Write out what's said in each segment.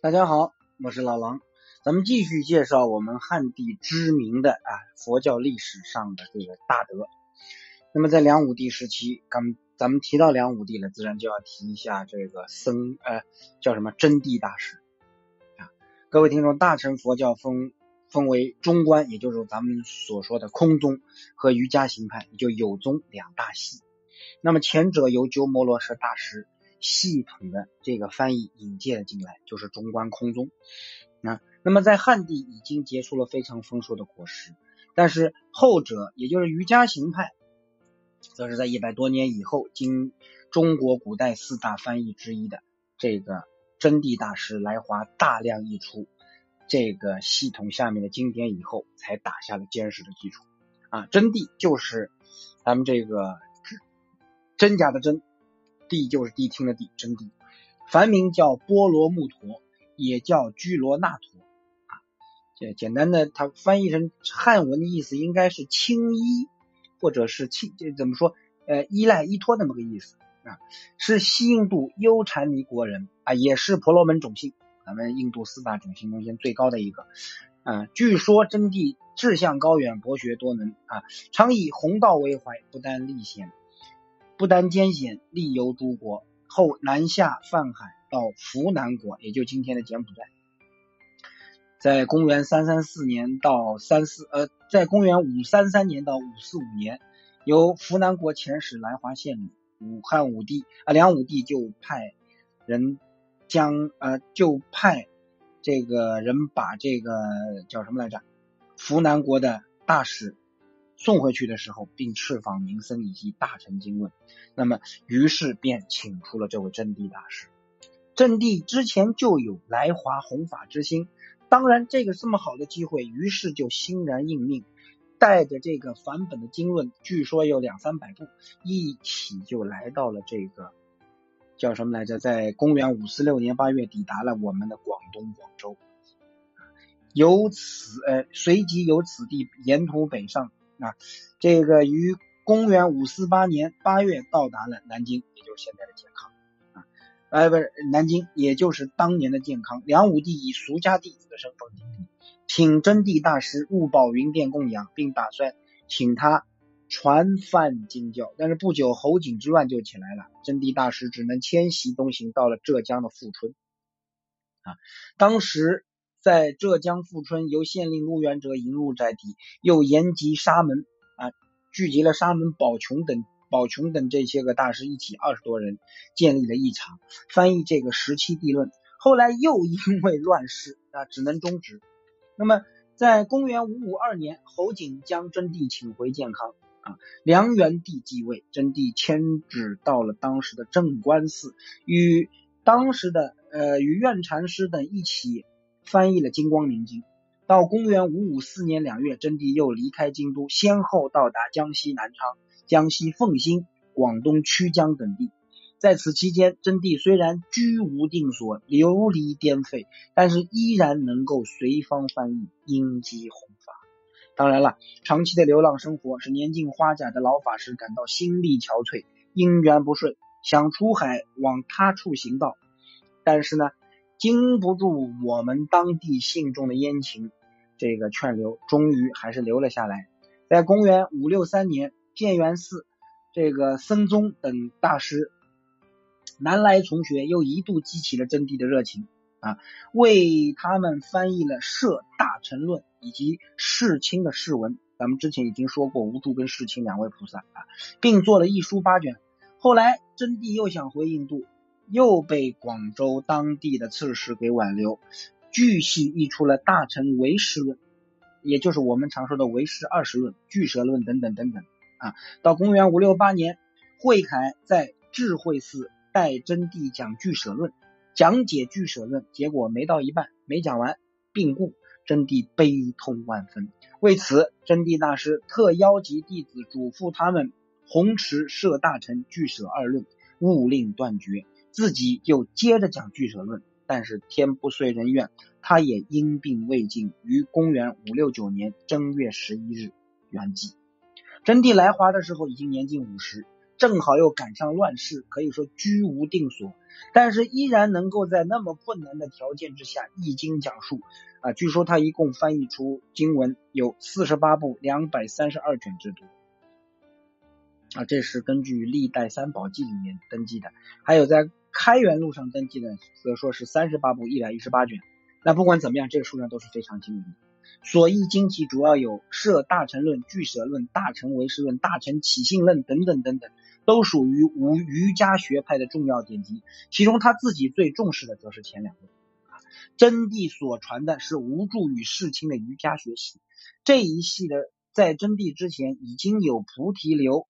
大家好，我是老狼，咱们继续介绍我们汉地知名的佛教历史上的这个大德。那么在梁武帝时期，咱们提到梁武帝了，自然就要提一下这个真谛大师啊。各位听众，大乘佛教分为中观，也就是咱们所说的空宗和瑜伽行派，也就有宗两大系。那么前者由鸠摩罗什大师系统的这个翻译引介了进来，就是中观空宗。那么在汉地已经结出了非常丰硕的果实，但是后者也就是瑜伽行派，则是在100多年以后，经中国古代4大翻译之一的这个真谛大师来华大量译出这个系统下面的经典以后，才打下了坚实的基础真谛就是咱们这个真假的真，谛就是谛听的谛，真谛，梵名叫波罗木陀，也叫居罗那陀这简单的它翻译成汉文的意思应该是轻依，或者是怎么说依赖依托那么个意思是西印度优禅尼国人也是婆罗门种姓，咱们印度4大种姓中间最高的一个据说真谛志向高远，博学多能常以弘道为怀，不单艰险，历游诸国，后南下泛海到扶南国，也就今天的柬埔寨。在公元334年到在公元533年到545年，由扶南国遣使来华献礼，梁武帝就派这个人把这个叫什么来着？扶南国的大使送回去的时候，并敕访名僧以及大臣经问。那么于是便请出了这位真谛大师。真谛之前就有来华弘法之心，当然这个这么好的机会，于是就欣然应命，带着这个梵本的经论，据说有200-300部，一起就来到了这个叫什么来着，在公元546年8月抵达了我们的广东广州，随即由此地沿途北上这个于公元548年8月到达了南京，也就是现在的健康南京也就是当年的健康。梁武帝以俗家弟子的身份请真谛大师入宝云殿供养，并打算请他传梵经教，但是不久侯景之乱就起来了，真谛大师只能迁徙东行到了浙江的富春当时在浙江富春，由县令陆元哲引入斋体，又延集沙门聚集了沙门宝琼等这些个大师一起20多人，建立了一场翻译这个17地论，后来又因为乱世只能终止。那么在公元552年，侯景将真谛请回健康梁元帝继位，真谛迁旨到了当时的正观寺，与愿禅师等一起翻译了金光明经。到公元554年2月，真谛又离开京都，先后到达江西南昌、江西凤新、广东曲江等地。在此期间，真谛虽然居无定所，流离颠沛，但是依然能够随方翻译，因机弘法。当然了，长期的流浪生活使年近花甲的老法师感到心力憔悴，因缘不顺，想出海往他处行道，但是呢经不住我们当地信众的殷勤这个劝留，终于还是留了下来。在公元563年，建元寺这个僧宗等大师南来从学，又一度激起了真谛的热情为他们翻译了《摄大乘论》以及世亲的释文，咱们之前已经说过无著跟世亲2位菩萨并做了一书8卷。后来真谛又想回印度，又被广州当地的刺史给挽留，继续译出了大乘唯识论，也就是我们常说的唯识20论、俱舍论等等等等到公元568年，慧凯在智慧寺带真谛讲解俱舍论，结果没到一半，没讲完病故，真谛悲痛万分。为此，真谛大师特邀集弟子嘱咐他们弘持摄大乘俱舍2论，勿令断绝，自己就接着讲俱舍论。但是天不遂人愿，他也因病未尽，于公元569年正月11日圆寂。真谛来华的时候已经年近50， 正好又赶上乱世，可以说居无定所，但是依然能够在那么困难的条件之下一经讲述据说他一共翻译出经文有48部232卷之多这是根据历代三宝记里面登记的，还有在开元录上登记的则说是38部118卷。那不管怎么样，这个数量都是非常惊人的。所译经题主要有摄大乘论、俱舍论、大乘唯识论、大乘起信论等等等等，都属于无瑜伽学派的重要典籍，其中他自己最重视的则是前两论。真谛所传的是无助与世亲的瑜伽学系，这一系的在真谛之前已经有菩提流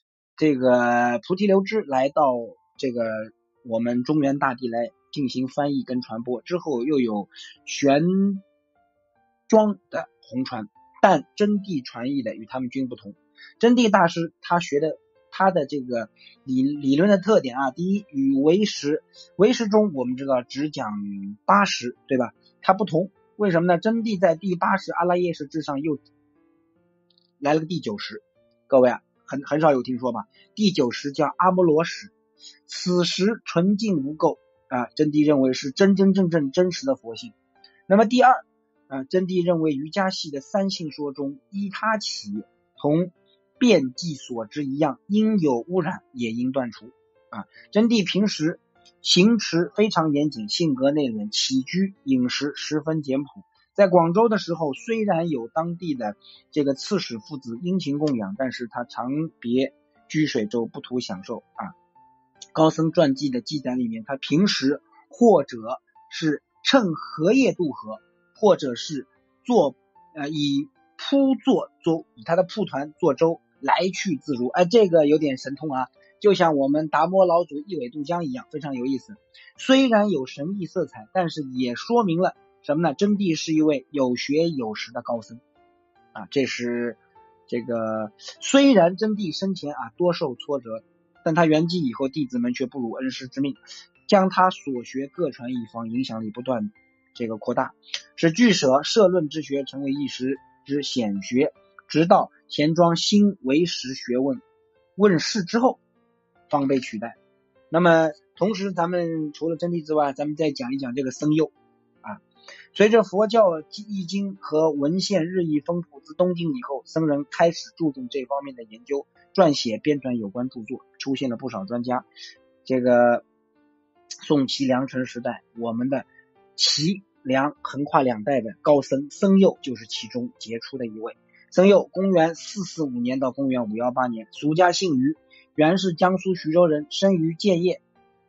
支来到这个我们中原大地来进行翻译跟传播，之后又有玄奘的红传，但真谛传译的与他们均不同。真谛大师他的这个理论的特点第一，与唯识中我们知道只讲80，对吧？它不同，为什么呢？真谛在第80阿拉耶识之上又来了个第90，各位很少有听说吧？第90叫阿摩罗识，此时纯净无垢真谛认为是真真实的佛性。那么第二真谛认为瑜伽系的三性说中，依他起同遍计所知一样，应有污染也应断除真谛平时行持非常严谨，性格内敛，起居饮食十分简朴。在广州的时候，虽然有当地的这个刺史父子殷勤供养，但是他常别居水州，不图享受高僧传记的记载里面，他平时或者是乘荷叶渡河，或者是以他的铺团坐舟来去自如这个有点神通就像我们达摩老祖一苇渡江一样，非常有意思。虽然有神秘色彩，但是也说明了什么呢？真谛是一位有学有识的高僧这是这个虽然真谛生前多受挫折，但他圆寂以后，弟子们却不辱恩师之命，将他所学各传一方，影响力不断扩大，使俱舍摄论之学成为一时之显学，直到钱庄新唯识学问问世之后方被取代。那么同时咱们除了真谛之外，咱们再讲一讲这个僧佑随着佛教译经和文献日益丰富，自东晋以后，僧人开始注重这方面的研究，撰写编撰有关著作，出现了不少专家。这个宋齐梁陈时代，我们的齐梁横跨两代的高僧僧佑就是其中杰出的一位。僧佑公元445年到公元518年，俗家姓于，原是江苏徐州人，生于建业。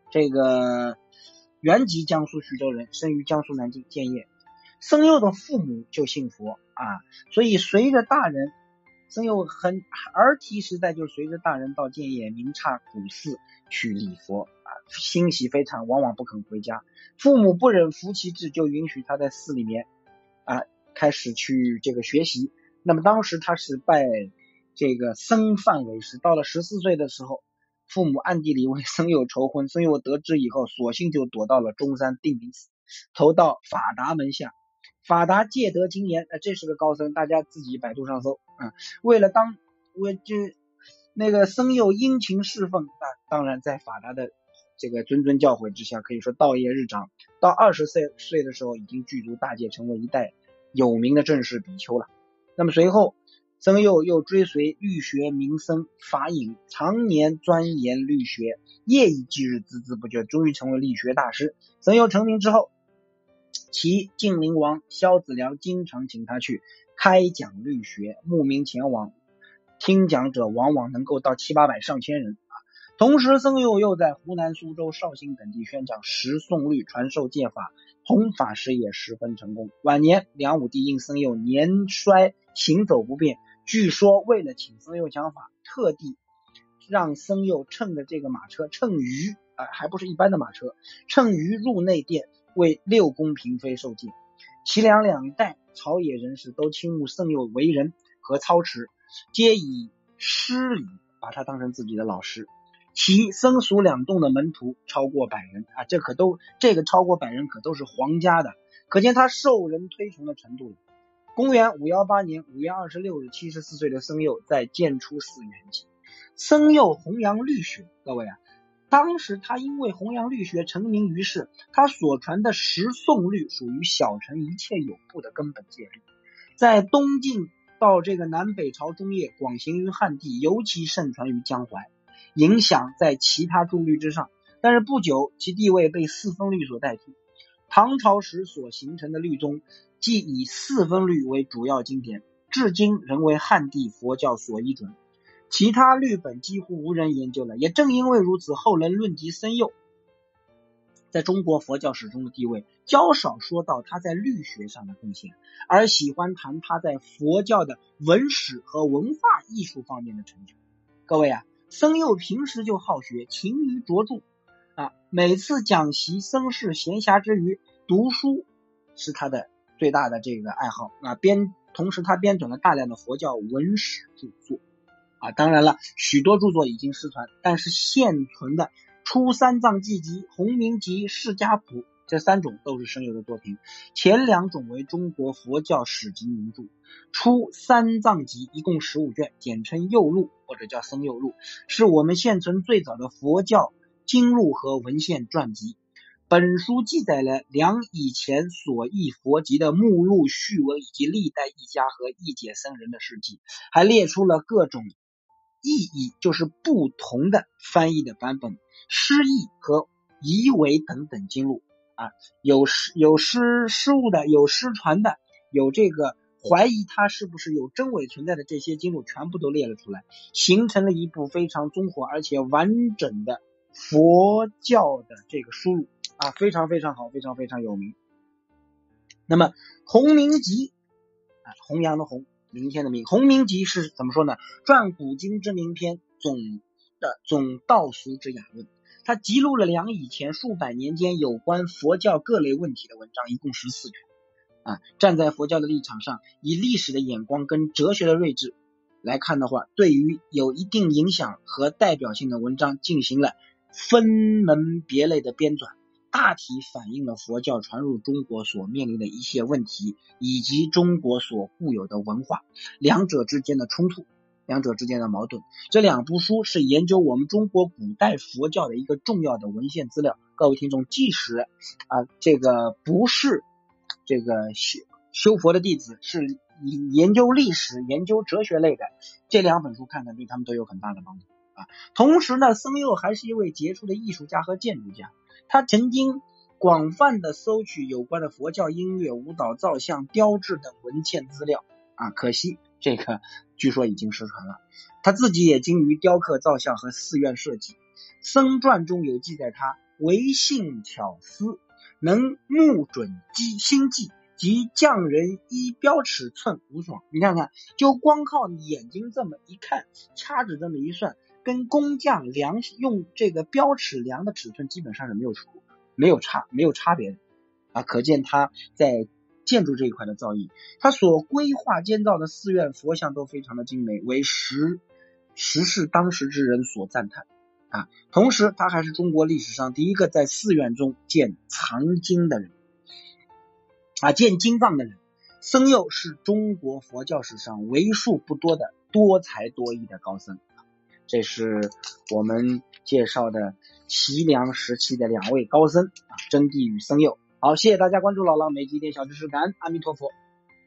原籍江苏徐州人，生于江苏南京建业。僧佑的父母就信佛所以随着大人，僧佑儿提时代就随着大人到建业明刹古寺去礼佛欣喜非常，往往不肯回家。父母不忍服其志，就允许他在寺里面开始去学习。那么当时他是拜僧范为师，到了14岁的时候，父母暗地里为僧佑筹婚，僧佑得知以后，索性就躲到了中山定明寺，投到法达门下。法达戒德精严这是个高僧，大家自己百度上搜为了那个僧佑殷勤侍奉当然在法达的谆教诲之下，可以说道业日长。到20岁的时候，已经具足大戒，成为一代有名的正式比丘了。那么随后僧佑又追随律学名僧法隐，常年钻研律学，夜以继日，孜孜不倦，终于成为力学大师。僧佑成名之后，其晋灵王萧子良经常请他去开讲律学，慕名前往，听讲者往往能够到700-800上千人同时僧佑又在湖南苏州、绍兴等地宣讲十诵律，传授戒法，弘法事业十分成功。晚年梁武帝因僧佑年衰行走不便，据说为了请僧佑讲法，特地让僧佑乘的这个马车乘舆还不是一般的马车，乘舆入内殿为6宫嫔妃受戒。齐梁两代朝野人士都倾慕僧佑为人和操持，皆以师礼把他当成自己的老师。其僧俗两洞的门徒超过100人这个超过100人可都是皇家的，可见他受人推崇的程度了。公元518年5月26日，74岁的僧佑在建初寺圆寂。 僧佑弘扬律学，各位啊，当时他因为弘扬律学成名于世，他所传的十诵律属于小乘一切有部的根本戒律，在东晋到这个南北朝中叶广行于汉地，尤其盛传于江淮，影响在其他诸律之上。但是不久其地位被四分律所代替，唐朝时所形成的律宗即以四分律为主要经典，至今仍为汉地佛教所依准，其他律本几乎无人研究了。也正因为如此，后人论及僧佑在中国佛教史中的地位，较少说到他在律学上的贡献，而喜欢谈他在佛教的文史和文化艺术方面的成就。各位啊，僧佑平时就好学，勤于着著每次讲习僧事闲暇之余读书是他的最大的这个爱好同时他编纂了大量的佛教文史著作当然了，许多著作已经失传，但是现存的出三藏记集、弘明集、释迦谱这三种都是僧佑的作品，前两种为中国佛教史籍名著。出三藏集一共15卷，简称佑录或者叫僧佑录，是我们现存最早的佛教经录和文献传集。本书记载了梁以前所译佛集的目录、序文以及历代译家和译解僧人的事迹，还列出了各种意义，就是不同的翻译的版本、诗意和疑维等等经录有失误的，有失传的，有这个怀疑它是不是有真伪存在的，这些经录全部都列了出来，形成了一部非常综合而且完整的佛教的这个书录非常非常好，非常非常有名。那么弘明集弘扬的弘，明天的明，弘明集是怎么说呢？传古今之名篇，总道俗之雅论。它记录了梁以前数百年间有关佛教各类问题的文章，一共14卷站在佛教的立场上，以历史的眼光跟哲学的睿智来看的话，对于有一定影响和代表性的文章进行了分门别类的编纂，大体反映了佛教传入中国所面临的一些问题，以及中国所固有的文化，两者之间的冲突，两者之间的矛盾。这两部书是研究我们中国古代佛教的一个重要的文献资料。各位听众，即使这个不是这个修佛的弟子，是研究历史、研究哲学类的，这两本书看看对他们都有很大的帮助同时呢，僧佑还是一位杰出的艺术家和建筑家，他曾经广泛的搜取有关的佛教音乐、舞蹈、造像、雕制等文献资料可惜这个据说已经失传了。他自己也精于雕刻、造像和寺院设计。僧传中有记载他唯性巧思，能目准心计，及匠人依标尺寸无双。你看看，就光靠眼睛这么一看，掐指这么一算，跟工匠用这个标尺量的尺寸基本上是没有差别的可见他在建筑这一块的造诣。他所规划建造的寺院佛像都非常的精美，为时世当时之人所赞叹同时他还是中国历史上第一个在寺院中建藏经的人建经藏的人。僧佑是中国佛教史上为数不多的多才多艺的高僧。这是我们介绍的齐梁时期的2位高僧真谛与僧佑。好，谢谢大家关注老郎，每集一点小知识，感恩阿弥陀佛。